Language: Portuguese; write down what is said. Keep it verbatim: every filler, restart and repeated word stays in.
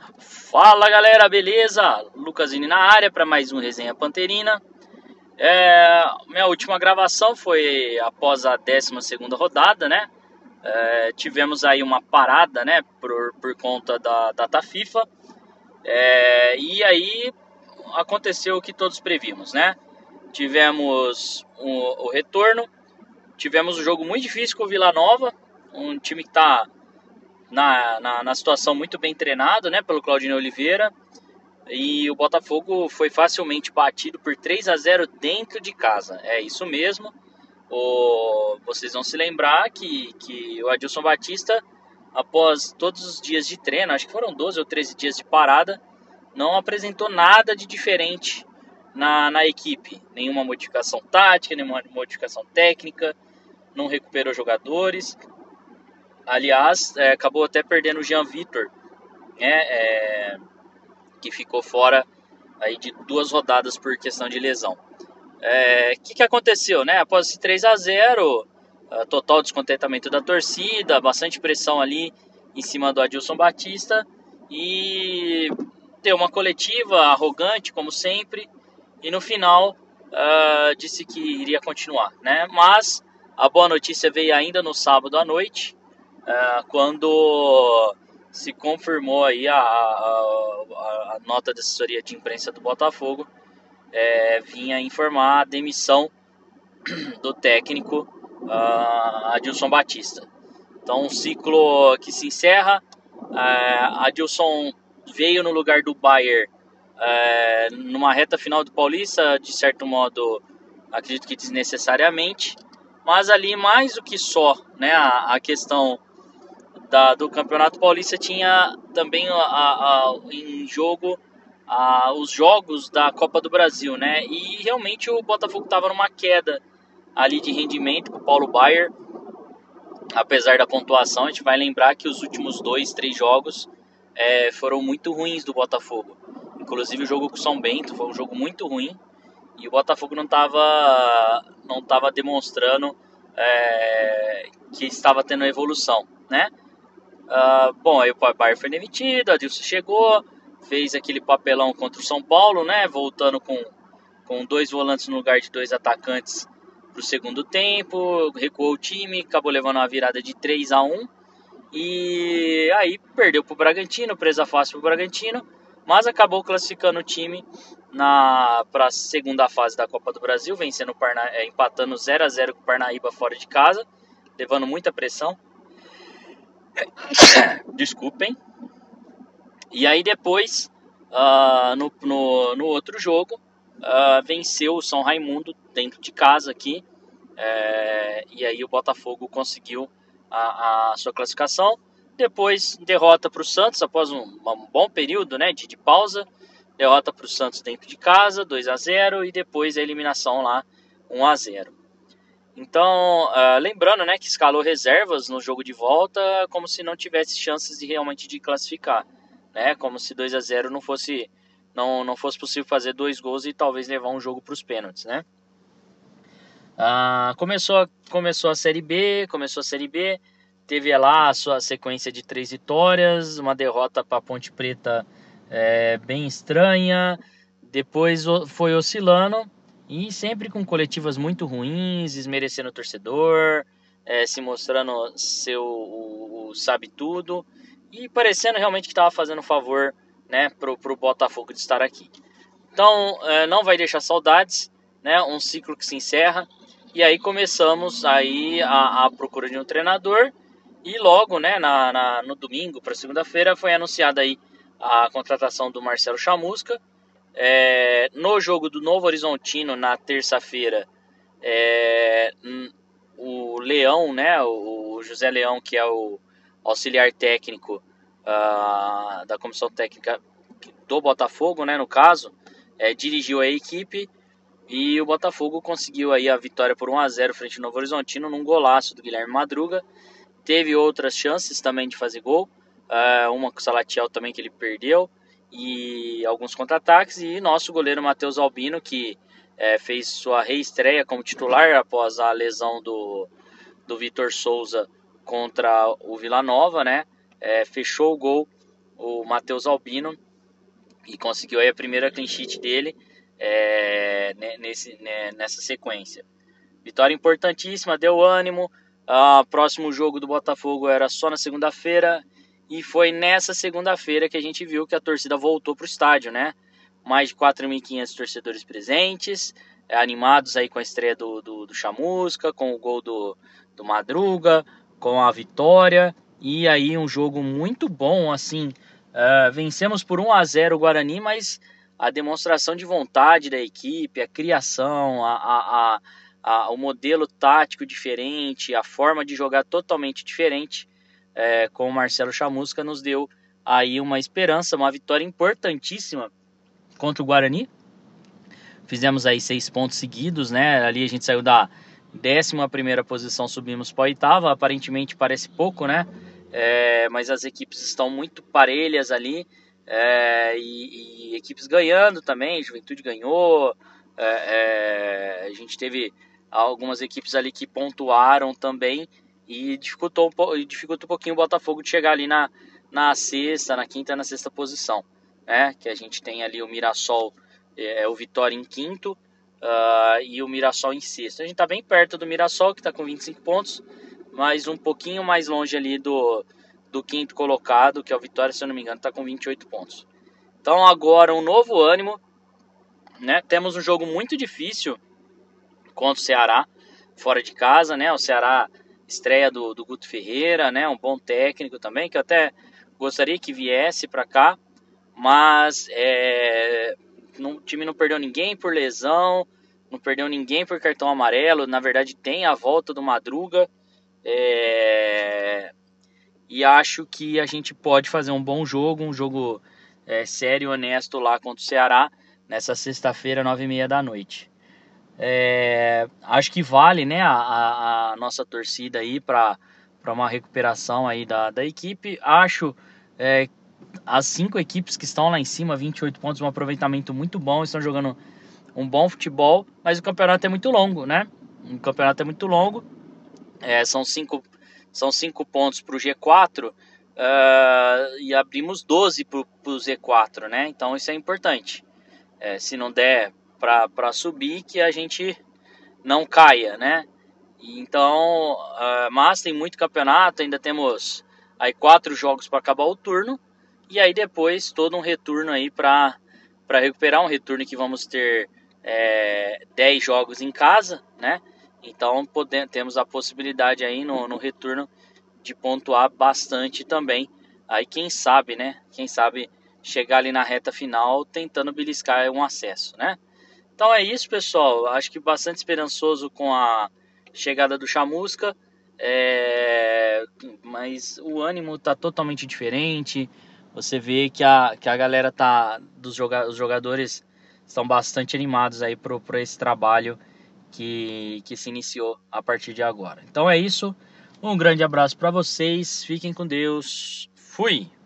Fala galera, beleza? Lucasini na área para mais um Resenha Panterina. É, minha última gravação foi após a décima segunda rodada, né? É, tivemos aí uma parada, né? Por, por conta da data FIFA. É, e aí aconteceu o que todos previmos, né? Tivemos o, o retorno, tivemos um jogo muito difícil com o Vila Nova, um time que está na, na, na situação muito bem treinado, né? Pelo Claudinei Oliveira. E o Botafogo foi facilmente batido por três a zero dentro de casa. É isso mesmo. O, vocês vão se lembrar que, que o Adilson Batista, após todos os dias de treino, acho que foram doze ou treze dias de parada, não apresentou nada de diferente na, na equipe. Nenhuma modificação tática, nenhuma modificação técnica, não recuperou jogadores. Aliás, é, acabou até perdendo o Jean Vitor, né, é, que ficou fora aí de duas rodadas por questão de lesão. O é, que, que aconteceu, né? Após esse três a zero, uh, total descontentamento da torcida, bastante pressão ali em cima do Adilson Batista e deu uma coletiva arrogante, como sempre, e no final uh, disse que iria continuar, né? Mas a boa notícia veio ainda no sábado à noite, uh, quando se confirmou aí a, a, a, a nota de assessoria de imprensa do Botafogo, é, vinha informar a demissão do técnico uh, Adilson Batista. Então, um ciclo que se encerra. uh, Adilson veio no lugar do Baier uh, numa reta final do Paulista, de certo modo, acredito que desnecessariamente, mas ali mais do que só, né, a, a questão Da, do Campeonato Paulista tinha também a, a, em jogo a, os jogos da Copa do Brasil, né? E realmente o Botafogo estava numa queda ali de rendimento com o Paulo Baier, apesar da pontuação. A gente vai lembrar que os últimos dois, três jogos é, foram muito ruins do Botafogo. Inclusive o jogo com o São Bento foi um jogo muito ruim e o Botafogo não estava não tava demonstrando é, que estava tendo evolução, né? Uh, bom, aí o Baier foi demitido, a Adilson chegou, fez aquele papelão contra o São Paulo, né? Voltando com, com dois volantes no lugar de dois atacantes para o segundo tempo, recuou o time, acabou levando uma virada de três a um e aí perdeu para o Bragantino, presa fácil para o Bragantino, mas acabou classificando o time para a segunda fase da Copa do Brasil, vencendo o Parna, é, empatando zero a zero com o Parnaíba fora de casa, levando muita pressão. Desculpem. E aí depois, uh, no, no, no outro jogo, uh, venceu o São Raimundo dentro de casa aqui. É, e aí o Botafogo conseguiu a, a sua classificação. Depois, derrota para o Santos, após um, um bom período, né, de, de pausa. Derrota para o Santos dentro de casa, dois a zero. E depois a eliminação lá, um a zero. Então, uh, lembrando, né, que escalou reservas no jogo de volta, como se não tivesse chances de realmente de classificar, né? Como se dois a zero não fosse, não, não fosse possível fazer dois gols e talvez levar um jogo para os pênaltis, né? Uh, começou, começou a Série B, começou a Série B, teve lá a sua sequência de três vitórias, uma derrota para a Ponte Preta é, bem estranha, depois foi oscilando. E sempre com coletivas muito ruins, desmerecendo o torcedor, é, se mostrando seu o, o sabe tudo e parecendo realmente que estava fazendo favor, né, pro, pro Botafogo de estar aqui. Então, é, não vai deixar saudades, né, um ciclo que se encerra e aí começamos aí a, a procura de um treinador e logo, né, na, na, no domingo para segunda-feira foi anunciada aí a contratação do Marcelo Chamusca. É, no jogo do Novo Horizontino, na terça-feira, é, o Leão, né, o José Leão, que é o auxiliar técnico uh, da comissão técnica do Botafogo, né, no caso, é, dirigiu a equipe e o Botafogo conseguiu aí a vitória por um a zero frente ao Novo Horizontino num golaço do Guilherme Madruga. Teve outras chances também de fazer gol, uh, uma com o Salatiel também que ele perdeu, e alguns contra-ataques, e nosso goleiro Matheus Albino, que é, fez sua reestreia como titular após a lesão do, do Vitor Souza contra o Vila Nova, né? É, fechou o gol o Matheus Albino, e conseguiu aí a primeira clean sheet dele é, nesse, né, nessa sequência. Vitória importantíssima, deu ânimo. O próximo jogo do Botafogo era só na segunda-feira, e foi nessa segunda-feira que a gente viu que a torcida voltou para o estádio, né? Mais de quatro mil e quinhentos torcedores presentes, é, animados aí com a estreia do, do, do Chamusca, com o gol do, do Madruga, com a vitória, e aí um jogo muito bom, assim, uh, vencemos por um a zero o Guarani, mas a demonstração de vontade da equipe, a criação, a, a, a, a, o modelo tático diferente, a forma de jogar totalmente diferente, é, com o Marcelo Chamusca, nos deu aí uma esperança, uma vitória importantíssima contra o Guarani. Fizemos aí seis pontos seguidos, né? Ali a gente saiu da décima primeira posição, subimos para a oitava. Aparentemente parece pouco, né? É, mas as equipes estão muito parelhas ali, é, e, e equipes ganhando também. Juventude ganhou, é, é, a gente teve algumas equipes ali que pontuaram também, e dificultou um, dificultou um pouquinho o Botafogo de chegar ali na, na sexta, na quinta, na sexta posição, né? Que a gente tem ali o Mirassol, é, o Vitória em quinto, uh, e o Mirassol em sexto. A gente está bem perto do Mirassol, que está com vinte e cinco pontos, mas um pouquinho mais longe ali do, do quinto colocado, que é o Vitória, se eu não me engano, está com vinte e oito pontos. Então agora um novo ânimo, né? Temos um jogo muito difícil contra o Ceará, fora de casa, né? O Ceará, estreia do, do Guto Ferreira, né? Um bom técnico também, que eu até gostaria que viesse para cá, mas é, não, o time não perdeu ninguém por lesão, não perdeu ninguém por cartão amarelo. Na verdade, tem a volta do Madruga, é, e acho que a gente pode fazer um bom jogo, um jogo é, sério e honesto lá contra o Ceará, nessa sexta-feira, nove e meia da noite. É, acho que vale, né, a, a nossa torcida aí para uma recuperação aí da, da equipe. Acho é, as cinco equipes que estão lá em cima, vinte e oito pontos, um aproveitamento muito bom, estão jogando um bom futebol, mas o campeonato é muito longo, né? O campeonato é muito longo, é, são, cinco, são cinco pontos para o G quatro, uh, e abrimos doze para o Z quatro, né? Então isso é importante. É, se não der para subir, que a gente não caia, né? Então, uh, mas tem muito campeonato, ainda temos aí quatro jogos para acabar o turno, e aí depois todo um retorno aí para para recuperar, um retorno que vamos ter é, dez jogos em casa, né? Então podemos, temos a possibilidade aí no, no retorno de pontuar bastante também. Aí quem sabe, né? Quem sabe chegar ali na reta final tentando beliscar um acesso, né? Então é isso, pessoal. Acho que bastante esperançoso com a chegada do Chamusca, é, mas o ânimo tá totalmente diferente. Você vê que a, que a galera tá, dos joga, os jogadores estão bastante animados aí pro, pro esse trabalho que, que se iniciou a partir de agora. Então é isso. Um grande abraço para vocês. Fiquem com Deus. Fui!